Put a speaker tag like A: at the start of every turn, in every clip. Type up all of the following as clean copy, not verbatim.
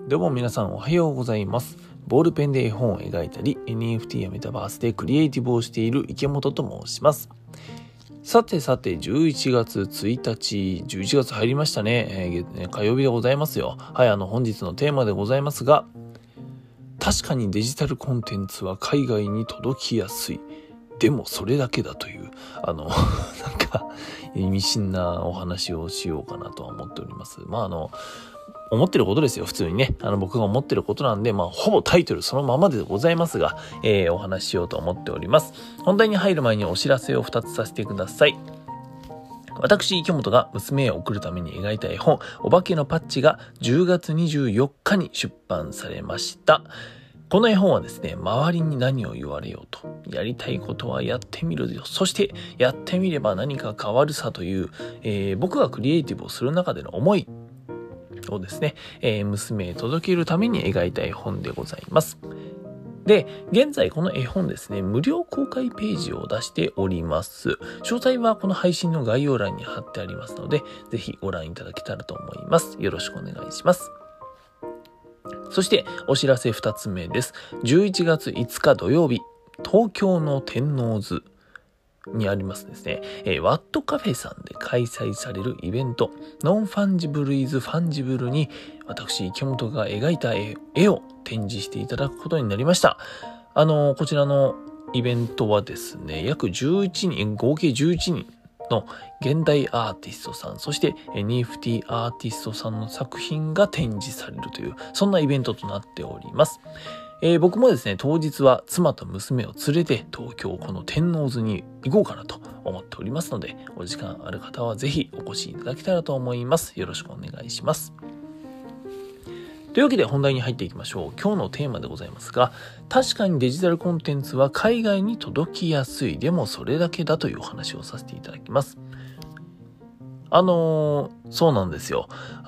A: どうも皆さんおはようございます。ボールペンで絵本を描いたり NFT やメタバースでクリエイティブをしている池本と申します。さて11月1日11月入りましたね、火曜日でございますよ。はい、本日のテーマでございますが、確かにデジタルコンテンツは海外に届きやすい、でもそれだけだというなんか意味深なお話をしようかなとは思っております。思ってることですよ、普通にね。僕が思ってることなんで、ほぼタイトルそのままでございますが、お話ししようと思っております。本題に入る前にお知らせを2つさせてください。私、池本が娘へ送るために描いた絵本、お化けのパッチが10月24日に出版されました。この絵本はですね、周りに何を言われようと、やりたいことはやってみるよ。そしてやってみれば何か変わるさという、僕がクリエイティブをする中での思いをですね、娘へ届けるために描いた絵本でございます。で、現在この絵本ですね、無料公開ページを出しております。詳細はこの配信の概要欄に貼ってありますので、ぜひご覧いただけたらと思います。よろしくお願いします。そしてお知らせ2つ目です。11月5日土曜日、東京の天王洲にありますですね、ワットカフェさんで開催されるイベント、ノンファンジブルイズファンジブルに私池本が描いた絵を展示していただくことになりました。こちらのイベントはですね、約11人、合計11人の現代アーティストさん、そして NFT アーティストさんの作品が展示されるという、そんなイベントとなっております。僕もですね、当日は妻と娘を連れて東京この天王洲に行こうかなと思っておりますので、お時間ある方はぜひお越しいただけたらと思います。よろしくお願いします。というわけで本題に入っていきましょう。今日のテーマでございますが、確かにデジタルコンテンツは海外に届きやすい、でもそれだけだというお話をさせていただきます。そうなんですよ。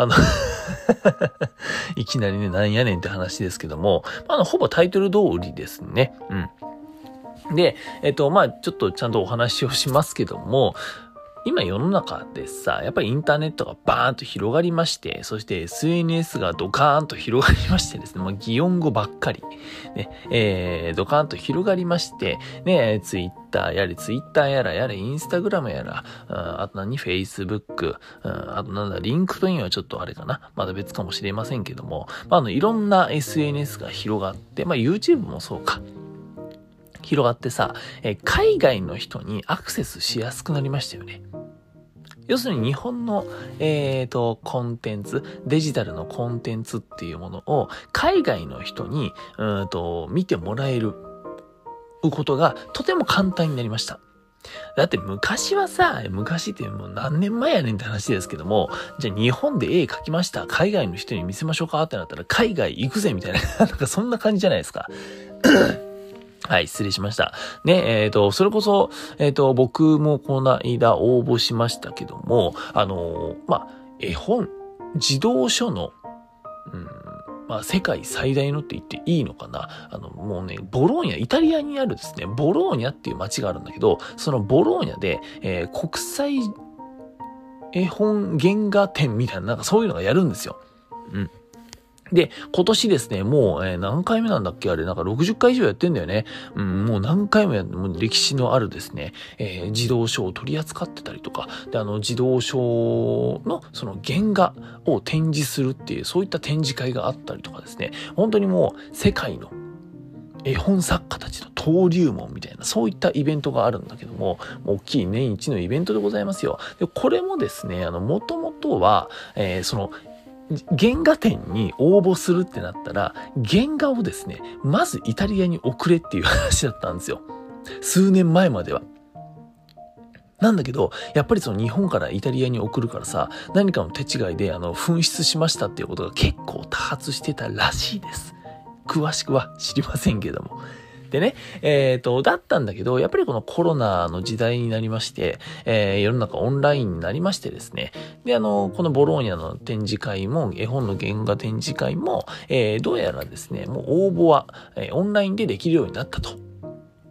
A: いきなりね、なんやねんって話ですけども、ほぼタイトル通りですね。で、ちょっとちゃんとお話をしますけども、今世の中でさ、やっぱりインターネットがバーンと広がりまして、そして SNS がドカーンと広がりましてですね、擬音語ばっかり、ね、ドカーンと広がりまして、ね、ツイッターやらインスタグラムやら、あとフェイスブック、あとリンクトインはちょっとあれかな、まだ別かもしれませんけども、いろんな SNS が広がって、YouTube もそうか。広がってさ、海外の人にアクセスしやすくなりましたよね。要するに日本の、コンテンツ、デジタルのコンテンツっていうものを海外の人に見てもらえることがとても簡単になりました。だって昔ってもう何年前やねんって話ですけども、じゃあ日本で絵描きました。海外の人に見せましょうかってなったら海外行くぜみたいな、なんかそんな感じじゃないですか。はい、失礼しました。ね、それこそ、僕もこの間応募しましたけども、絵本、児童書の、世界最大のって言っていいのかな。もうね、ボローニャ、イタリアにあるですね、ボローニャっていう街があるんだけど、そのボローニャで、国際絵本原画展みたいな、なんかそういうのがやるんですよ。で、今年ですね、もう、何回目なんだっけあれ、なんか60回以上やってんだよね。もう何回ももう歴史のあるですね、児童書を取り扱ってたりとか、で、児童書のその原画を展示するっていう、そういった展示会があったりとかですね、本当にもう世界の絵本作家たちの登竜門みたいな、そういったイベントがあるんだけども、大きい年一のイベントでございますよ。で、これもですね、もともとは、原画展に応募するってなったら、原画をですね、まずイタリアに送れっていう話だったんですよ。数年前までは。なんだけど、やっぱりその日本からイタリアに送るからさ、何かの手違いで紛失しましたっていうことが結構多発してたらしいです。詳しくは知りませんけども。でね、だったんだけど、やっぱりこのコロナの時代になりまして、世の中オンラインになりましてですね、で、このボローニャの展示会も、絵本の原画展示会も、どうやらですね、もう応募は、オンラインでできるようになったと。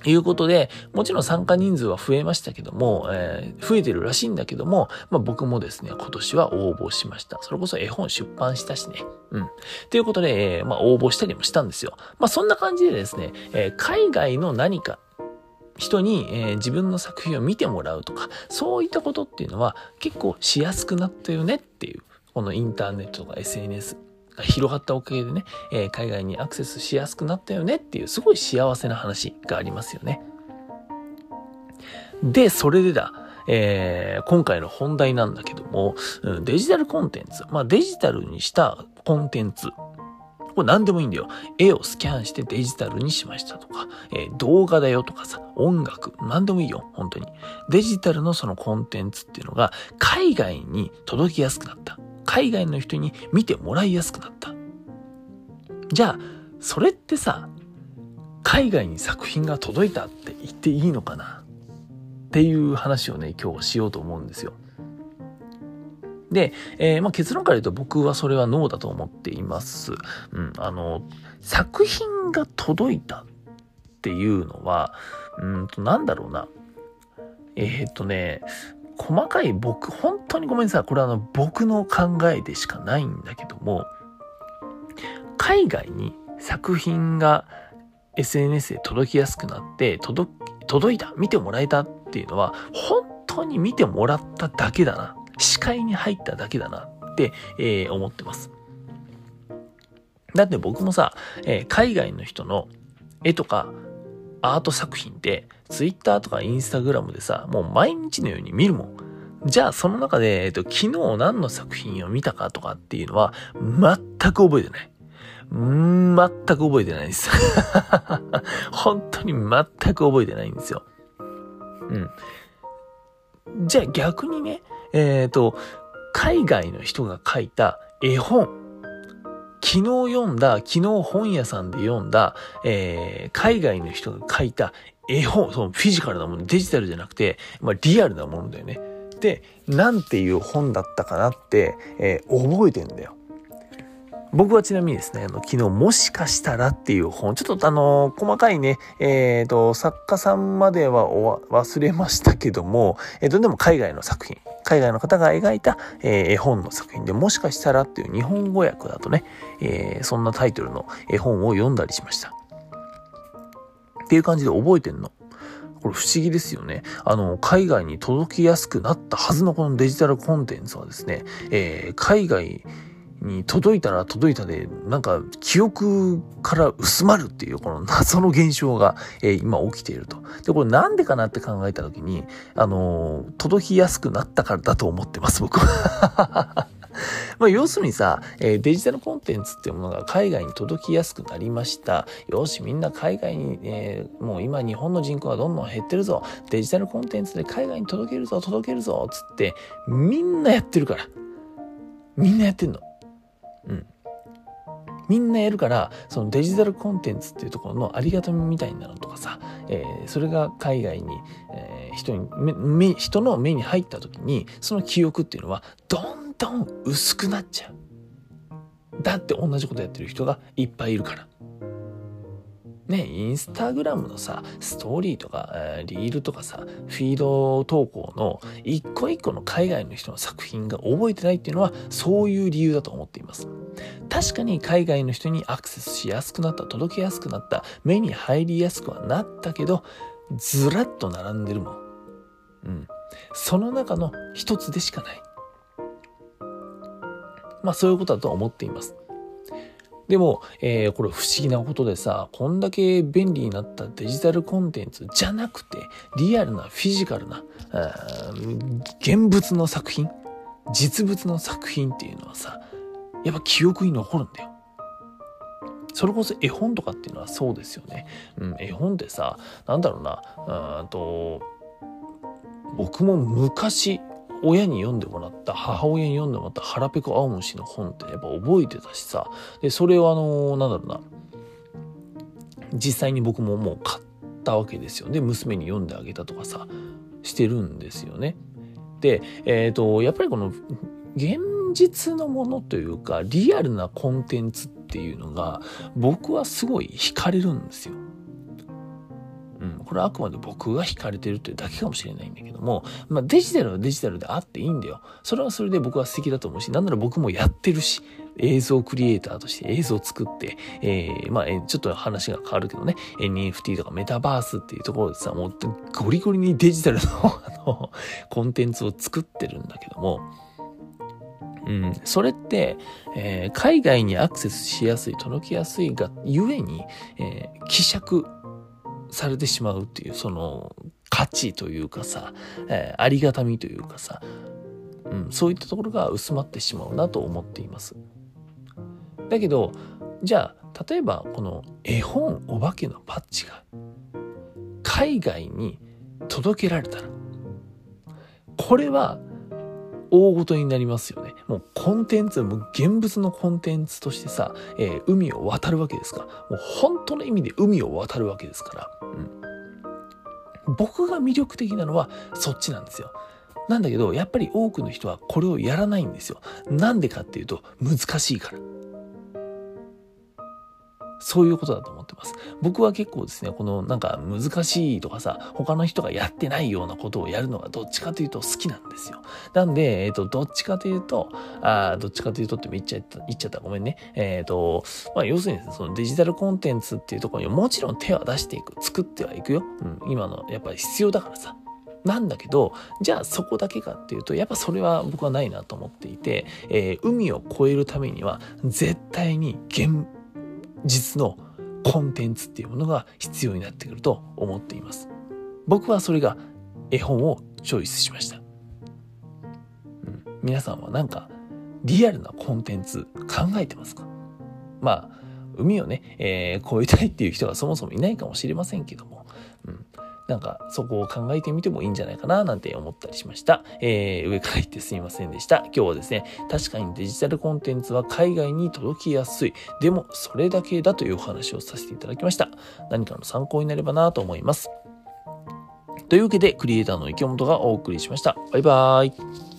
A: いうことで、もちろん参加人数は増えましたけども、増えてるらしいんだけども、僕もですね、今年は応募しました。それこそ絵本出版したしね。ということで、応募したりもしたんですよ。そんな感じでですね、海外の何か、人に、自分の作品を見てもらうとか、そういったことっていうのは結構しやすくなったよねっていう、このインターネットとか SNS。が広がったおかげでね、海外にアクセスしやすくなったよねっていうすごい幸せな話がありますよね。で、それでだ、今回の本題なんだけども、デジタルコンテンツ、デジタルにしたコンテンツ、これ何でもいいんだよ。絵をスキャンしてデジタルにしましたとか、動画だよとかさ、音楽、何でもいいよ、本当に。デジタルのそのコンテンツっていうのが海外に届きやすくなった。海外の人に見てもらいやすくなった。じゃあ、それってさ、海外に作品が届いたって言っていいのかなっていう話をね、今日しようと思うんですよ。で、結論から言うと僕はそれはノーだと思っています。作品が届いたっていうのは、なんだろうな。細かい本当にごめんなさい。これは僕の考えでしかないんだけども、海外に作品が SNS で届きやすくなって、届いた、見てもらえたっていうのは、本当に見てもらっただけだな。視界に入っただけだなって、思ってます。だって僕もさ、海外の人の絵とかアート作品ってツイッターとかインスタグラムでさ、もう毎日のように見るもん。じゃあその中で、昨日何の作品を見たかとかっていうのは全く覚えてない。全く覚えてないです。本当に全く覚えてないんですよ。じゃあ逆にね、海外の人が書いた絵本、昨日本屋さんで読んだ、海外の人が書いた絵本、そのフィジカルなもの、デジタルじゃなくて、リアルなものだよね。で、なんていう本だったかなって、覚えてんだよ。僕はちなみにですね、昨日もしかしたらっていう本、ちょっと細かいね、作家さんまでは忘れましたけども、でも海外の作品、海外の方が描いた、絵本の作品でもしかしたらっていう日本語訳だとね、そんなタイトルの絵本を読んだりしました。っていう感じで覚えてんの。これ不思議ですよね。海外に届きやすくなったはずのこのデジタルコンテンツはですね、海外に届いたら届いたで、なんか記憶から薄まるっていうこの謎の現象が、今起きていると。で、これなんでかなって考えたときに、届きやすくなったからだと思ってます、僕は。要するにさ、デジタルコンテンツっていうものが海外に届きやすくなりました。よし、みんな海外に、もう今日本の人口がどんどん減ってるぞ。デジタルコンテンツで海外に届けるぞ、つって、みんなやってるから。みんなやってんの。みんなやるから、そのデジタルコンテンツっていうところのありがたみみたいなのとかさ、それが海外に、人の目に入った時に、その記憶っていうのはどんどん薄くなっちゃう。だって同じことやってる人がいっぱいいるから。ね、インスタグラムのさ、ストーリーとか、リールとかさ、フィード投稿の一個一個の海外の人の作品が覚えてないっていうのは、そういう理由だと思っています。確かに海外の人にアクセスしやすくなった、届けやすくなった、目に入りやすくはなったけど、ずらっと並んでるもん。その中の一つでしかない。そういうことだと思っています。でも、これ不思議なことでさ、こんだけ便利になったデジタルコンテンツじゃなくて、リアルなフィジカルな、現物の作品、実物の作品っていうのはさ、やっぱ記憶に残るんだよ。それこそ絵本とかっていうのはそうですよね。絵本ってさ、なんだろうな、僕も昔、親に読んでもらった、母親に読んでもらった腹ペコ青虫の本ってやっぱ覚えてたしさ、で、それを実際に僕ももう買ったわけですよ。で、娘に読んであげたとかさ、してるんですよね。で、やっぱりこの現実のものというか、リアルなコンテンツっていうのが、僕はすごい惹かれるんですよ。ここれはあくまで僕が惹かれてるというだけかもしれないんだけども、デジタルはデジタルであっていいんだよ。それはそれで僕は素敵だと思うし、なんなら僕もやってるし、映像クリエイターとして映像を作って、ちょっと話が変わるけどね、NFT とかメタバースっていうところでさ、もうゴリゴリにデジタルのコンテンツを作ってるんだけども、それって、海外にアクセスしやすい、届きやすいがゆえに、希釈されてしまうっていう、その価値というかさ、ありがたみというかさ、そういったところが薄まってしまうなと思っています。だけど、じゃあ、例えばこの絵本お化けのパッチが海外に届けられたら、これは大事になりますよね。もうコンテンツ、もう現物のコンテンツとしてさ、海を渡るわけですから、もう本当の意味で海を渡るわけですから、僕が魅力的なのはそっちなんですよ。なんだけど、やっぱり多くの人はこれをやらないんですよ。なんでかっていうと、難しいから。そういうことだと思ってます。僕は結構ですね、このなんか難しいとかさ、他の人がやってないようなことをやるのがどっちかというと好きなんですよ。なんで、どっちかというとって言っちゃったごめんね。要するにそのデジタルコンテンツっていうところにもちろん手は出していく、作ってはいくよ。今のやっぱり必要だからさ。なんだけど、じゃあそこだけかっていうと、やっぱそれは僕はないなと思っていて、海を越えるためには絶対に現実のコンテンツっていうものが必要になってくると思っています。僕はそれが絵本をチョイスしました。皆さんはなんかリアルなコンテンツ考えてますか？海をね、越えたいっていう人がそもそもいないかもしれませんけども、なんかそこを考えてみてもいいんじゃないかななんて思ったりしました。上から言ってすみませんでした。今日はですね、確かにデジタルコンテンツは海外に届きやすい。でもそれだけだというお話をさせていただきました。何かの参考になればなと思います。というわけでクリエイターの池本がお送りしました。バイバーイ。